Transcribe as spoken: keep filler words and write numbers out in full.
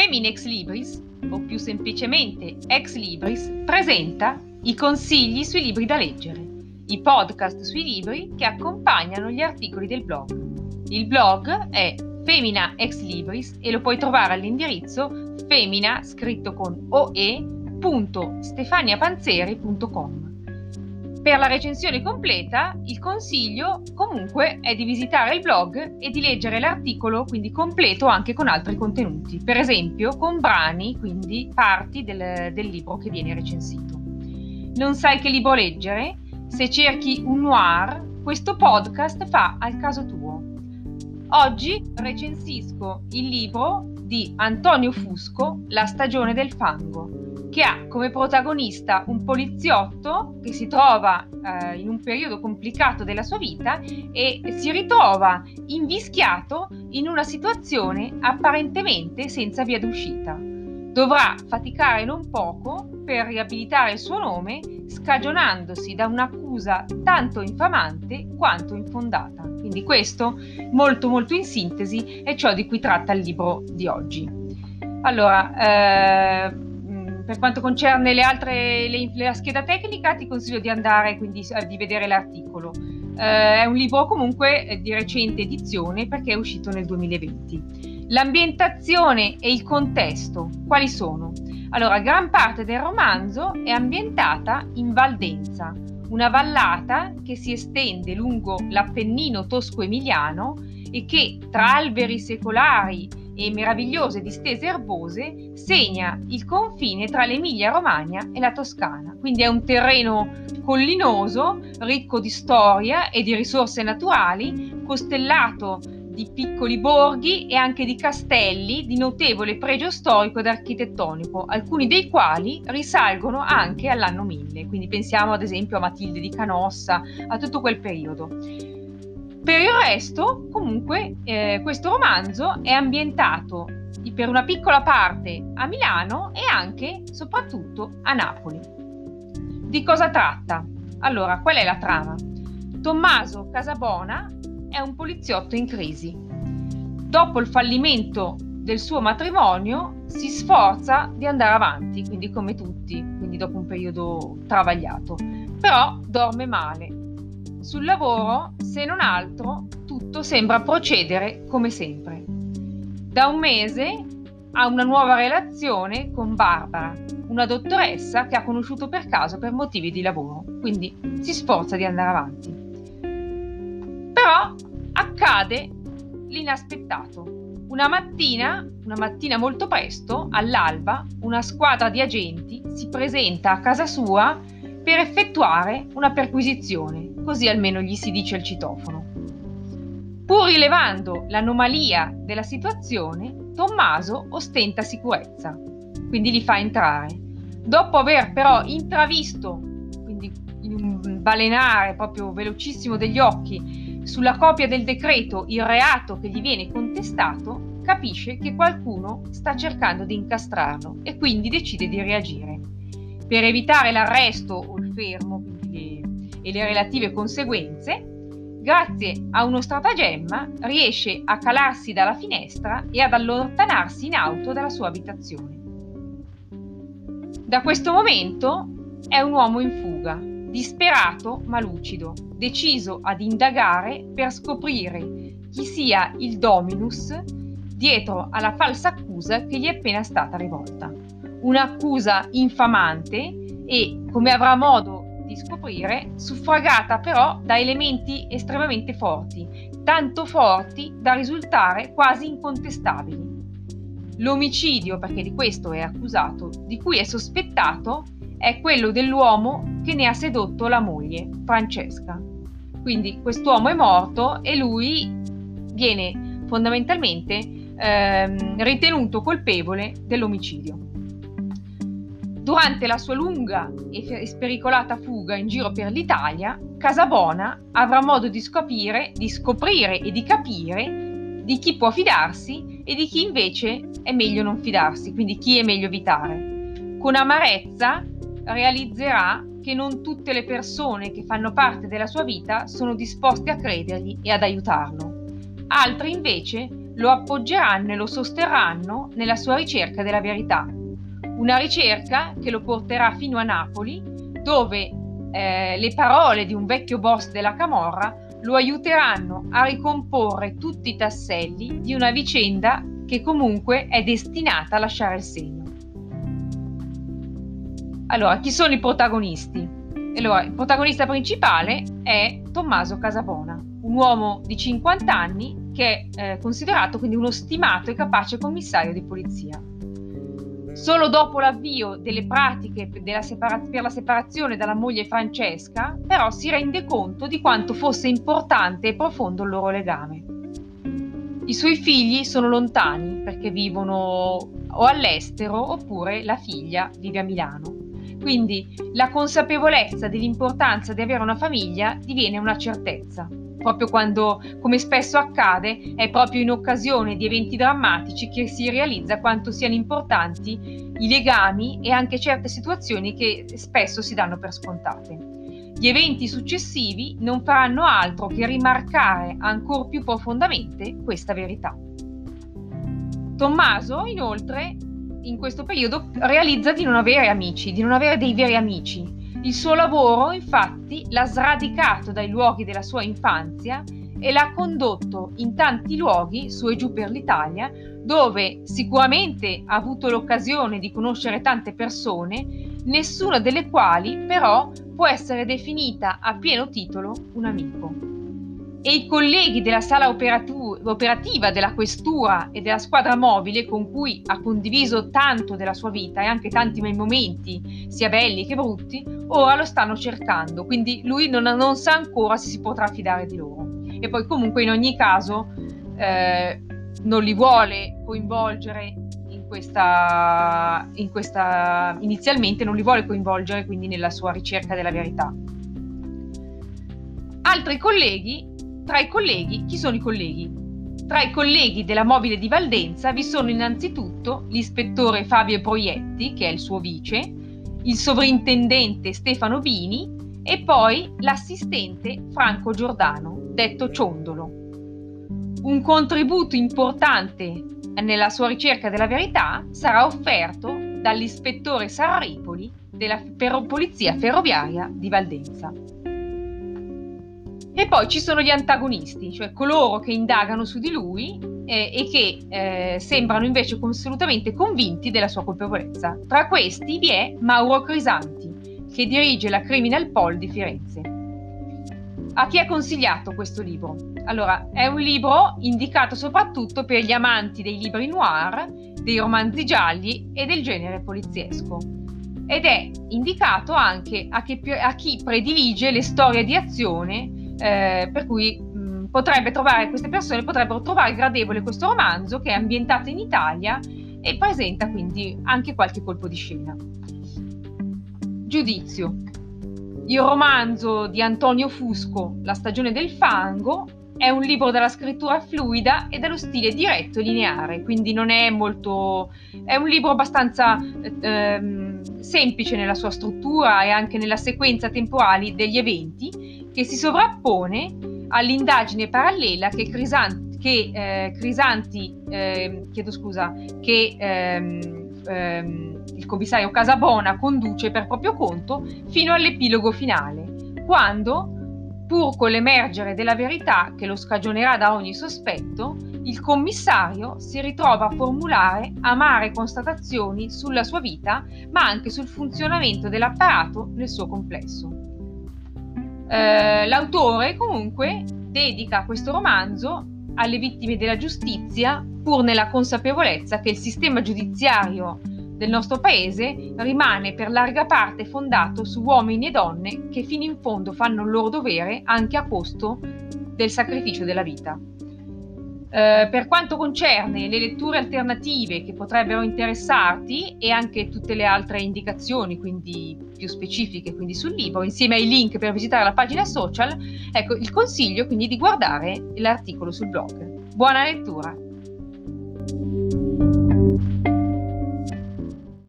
Femina Ex Libris, o più semplicemente Ex Libris, presenta i consigli sui libri da leggere, i podcast sui libri che accompagnano gli articoli del blog. Il blog è Femina Ex Libris e lo puoi trovare all'indirizzo femina, scritto con oe, punto stefaniapanzeri punto com. Per la recensione completa, il consiglio comunque è di visitare il blog e di leggere l'articolo, quindi completo, anche con altri contenuti, per esempio con brani, quindi parti del, del libro che viene recensito. Non sai che libro leggere? Se cerchi un noir, questo podcast fa al caso tuo. Oggi recensisco il libro di Antonio Fusco, La stagione del fango, che ha come protagonista un poliziotto che si trova eh, in un periodo complicato della sua vita e si ritrova invischiato in una situazione apparentemente senza via d'uscita. Dovrà faticare non poco per riabilitare il suo nome, scagionandosi da un'accusa tanto infamante quanto infondata. Quindi questo, molto molto in sintesi, è ciò di cui tratta il libro di oggi. Allora, eh, per quanto concerne le altre, le, la scheda tecnica, ti consiglio di andare, quindi di vedere l'articolo. Eh, è un libro comunque di recente edizione perché è uscito nel duemilaventi. L'ambientazione e il contesto, quali sono? Allora, gran parte del romanzo è ambientata in Valdenza, una vallata che si estende lungo l'Appennino tosco-emiliano e che, tra alberi secolari e meravigliose distese erbose, segna il confine tra l'Emilia-Romagna e la Toscana. Quindi è un terreno collinoso, ricco di storia e di risorse naturali, costellato di piccoli borghi e anche di castelli di notevole pregio storico ed architettonico, alcuni dei quali risalgono anche all'anno mille. Quindi pensiamo ad esempio a Matilde di Canossa, a tutto quel periodo. Per il resto, comunque, eh, questo romanzo è ambientato per una piccola parte a Milano e anche, soprattutto, a Napoli. Di cosa tratta? Allora, qual è la trama? Tommaso Casabona è un poliziotto in crisi. Dopo il fallimento del suo matrimonio, si sforza di andare avanti, quindi come tutti, quindi dopo un periodo travagliato. Però dorme male. Sul lavoro, se non altro, tutto sembra procedere come sempre. Da un mese ha una nuova relazione con Barbara, una dottoressa che ha conosciuto per caso per motivi di lavoro, quindi si sforza di andare avanti. Però accade l'inaspettato. Una mattina, una mattina molto presto, all'alba, una squadra di agenti si presenta a casa sua per effettuare una perquisizione, così almeno gli si dice al citofono. Pur rilevando l'anomalia della situazione, Tommaso ostenta sicurezza, quindi li fa entrare. Dopo aver però intravisto, quindi in un balenare proprio velocissimo degli occhi, sulla copia del decreto il reato che gli viene contestato, capisce che qualcuno sta cercando di incastrarlo e quindi decide di reagire. Per evitare l'arresto o il fermo quindi le, e le relative conseguenze, grazie a uno stratagemma riesce a calarsi dalla finestra e ad allontanarsi in auto dalla sua abitazione. Da questo momento è un uomo in fuga, disperato ma lucido, deciso ad indagare per scoprire chi sia il dominus dietro alla falsa accusa che gli è appena stata rivolta. Un'accusa infamante e, come avrà modo di scoprire, suffragata però da elementi estremamente forti, tanto forti da risultare quasi incontestabili. L'omicidio, perché di questo è accusato, di cui è sospettato, è quello dell'uomo che ne ha sedotto la moglie, Francesca. Quindi quest'uomo è morto e lui viene fondamentalmente ehm, ritenuto colpevole dell'omicidio. Durante la sua lunga e spericolata fuga in giro per l'Italia, Casabona avrà modo di scoprire, di scoprire e di capire di chi può fidarsi e di chi invece è meglio non fidarsi, quindi chi è meglio evitare. Con amarezza realizzerà che non tutte le persone che fanno parte della sua vita sono disposte a credergli e ad aiutarlo. Altri invece lo appoggeranno e lo sosterranno nella sua ricerca della verità. Una ricerca che lo porterà fino a Napoli, dove eh, le parole di un vecchio boss della camorra lo aiuteranno a ricomporre tutti i tasselli di una vicenda che comunque è destinata a lasciare il segno. Allora, chi sono i protagonisti? Allora, il protagonista principale è Tommaso Casabona, un uomo di cinquanta anni che è eh, considerato quindi uno stimato e capace commissario di polizia. Solo dopo l'avvio delle pratiche della separa- per la separazione dalla moglie Francesca, però si rende conto di quanto fosse importante e profondo il loro legame. I suoi figli sono lontani perché vivono o all'estero oppure la figlia vive a Milano. Quindi la consapevolezza dell'importanza di avere una famiglia diviene una certezza, proprio quando, come spesso accade, è proprio in occasione di eventi drammatici che si realizza quanto siano importanti i legami e anche certe situazioni che spesso si danno per scontate. Gli eventi successivi non faranno altro che rimarcare ancor più profondamente questa verità. Tommaso, inoltre, in questo periodo realizza di non avere amici, di non avere dei veri amici. Il suo lavoro, infatti, l'ha sradicato dai luoghi della sua infanzia e l'ha condotto in tanti luoghi su e giù per l'Italia, dove sicuramente ha avuto l'occasione di conoscere tante persone, nessuna delle quali però può essere definita a pieno titolo un amico. E i colleghi della sala operatu- operativa della questura e della squadra mobile, con cui ha condiviso tanto della sua vita e anche tanti momenti, sia belli che brutti, ora lo stanno cercando, quindi lui non, non sa ancora se si potrà fidare di loro. E poi comunque in ogni caso eh, non li vuole coinvolgere in questa, in questa, inizialmente non li vuole coinvolgere quindi nella sua ricerca della verità. Altri colleghi. Tra i colleghi, chi sono i colleghi? Tra i colleghi della mobile di Valdenza vi sono innanzitutto l'ispettore Fabio Proietti, che è il suo vice, il sovrintendente Stefano Bini e poi l'assistente Franco Giordano, detto Ciondolo. Un contributo importante nella sua ricerca della verità sarà offerto dall'ispettore Sarripoli della Polizia Ferroviaria di Valdenza. E poi ci sono gli antagonisti, cioè coloro che indagano su di lui eh, e che eh, sembrano invece assolutamente convinti della sua colpevolezza. Tra questi vi è Mauro Crisanti, che dirige la Criminal Pol di Firenze. A chi è consigliato questo libro? Allora, è un libro indicato soprattutto per gli amanti dei libri noir, dei romanzi gialli e del genere poliziesco. Ed è indicato anche a chi, a chi predilige le storie di azione, Eh, per cui mh, potrebbe trovare, queste persone potrebbero trovare gradevole questo romanzo, che è ambientato in Italia e presenta quindi anche qualche colpo di scena. Giudizio. Il romanzo di Antonio Fusco, La stagione del fango, è un libro dalla scrittura fluida e dallo stile diretto e lineare, quindi non è molto, è un libro abbastanza ehm, semplice nella sua struttura e anche nella sequenza temporale degli eventi, che si sovrappone all'indagine parallela che Crisanti, che, eh, Crisanti eh, chiedo scusa, che ehm, ehm, il commissario Casabona conduce per proprio conto fino all'epilogo finale, quando, pur con l'emergere della verità che lo scagionerà da ogni sospetto, il commissario si ritrova a formulare amare constatazioni sulla sua vita, ma anche sul funzionamento dell'apparato nel suo complesso. Eh, l'autore comunque dedica questo romanzo alle vittime della giustizia, pur nella consapevolezza che il sistema giudiziario del nostro paese rimane per larga parte fondato su uomini e donne che fino in fondo fanno il loro dovere anche a costo del sacrificio della vita. Eh, per quanto concerne le letture alternative che potrebbero interessarti e anche tutte le altre indicazioni, quindi più specifiche quindi sul libro, insieme ai link per visitare la pagina social, ecco il consiglio quindi di guardare l'articolo sul blog. Buona lettura!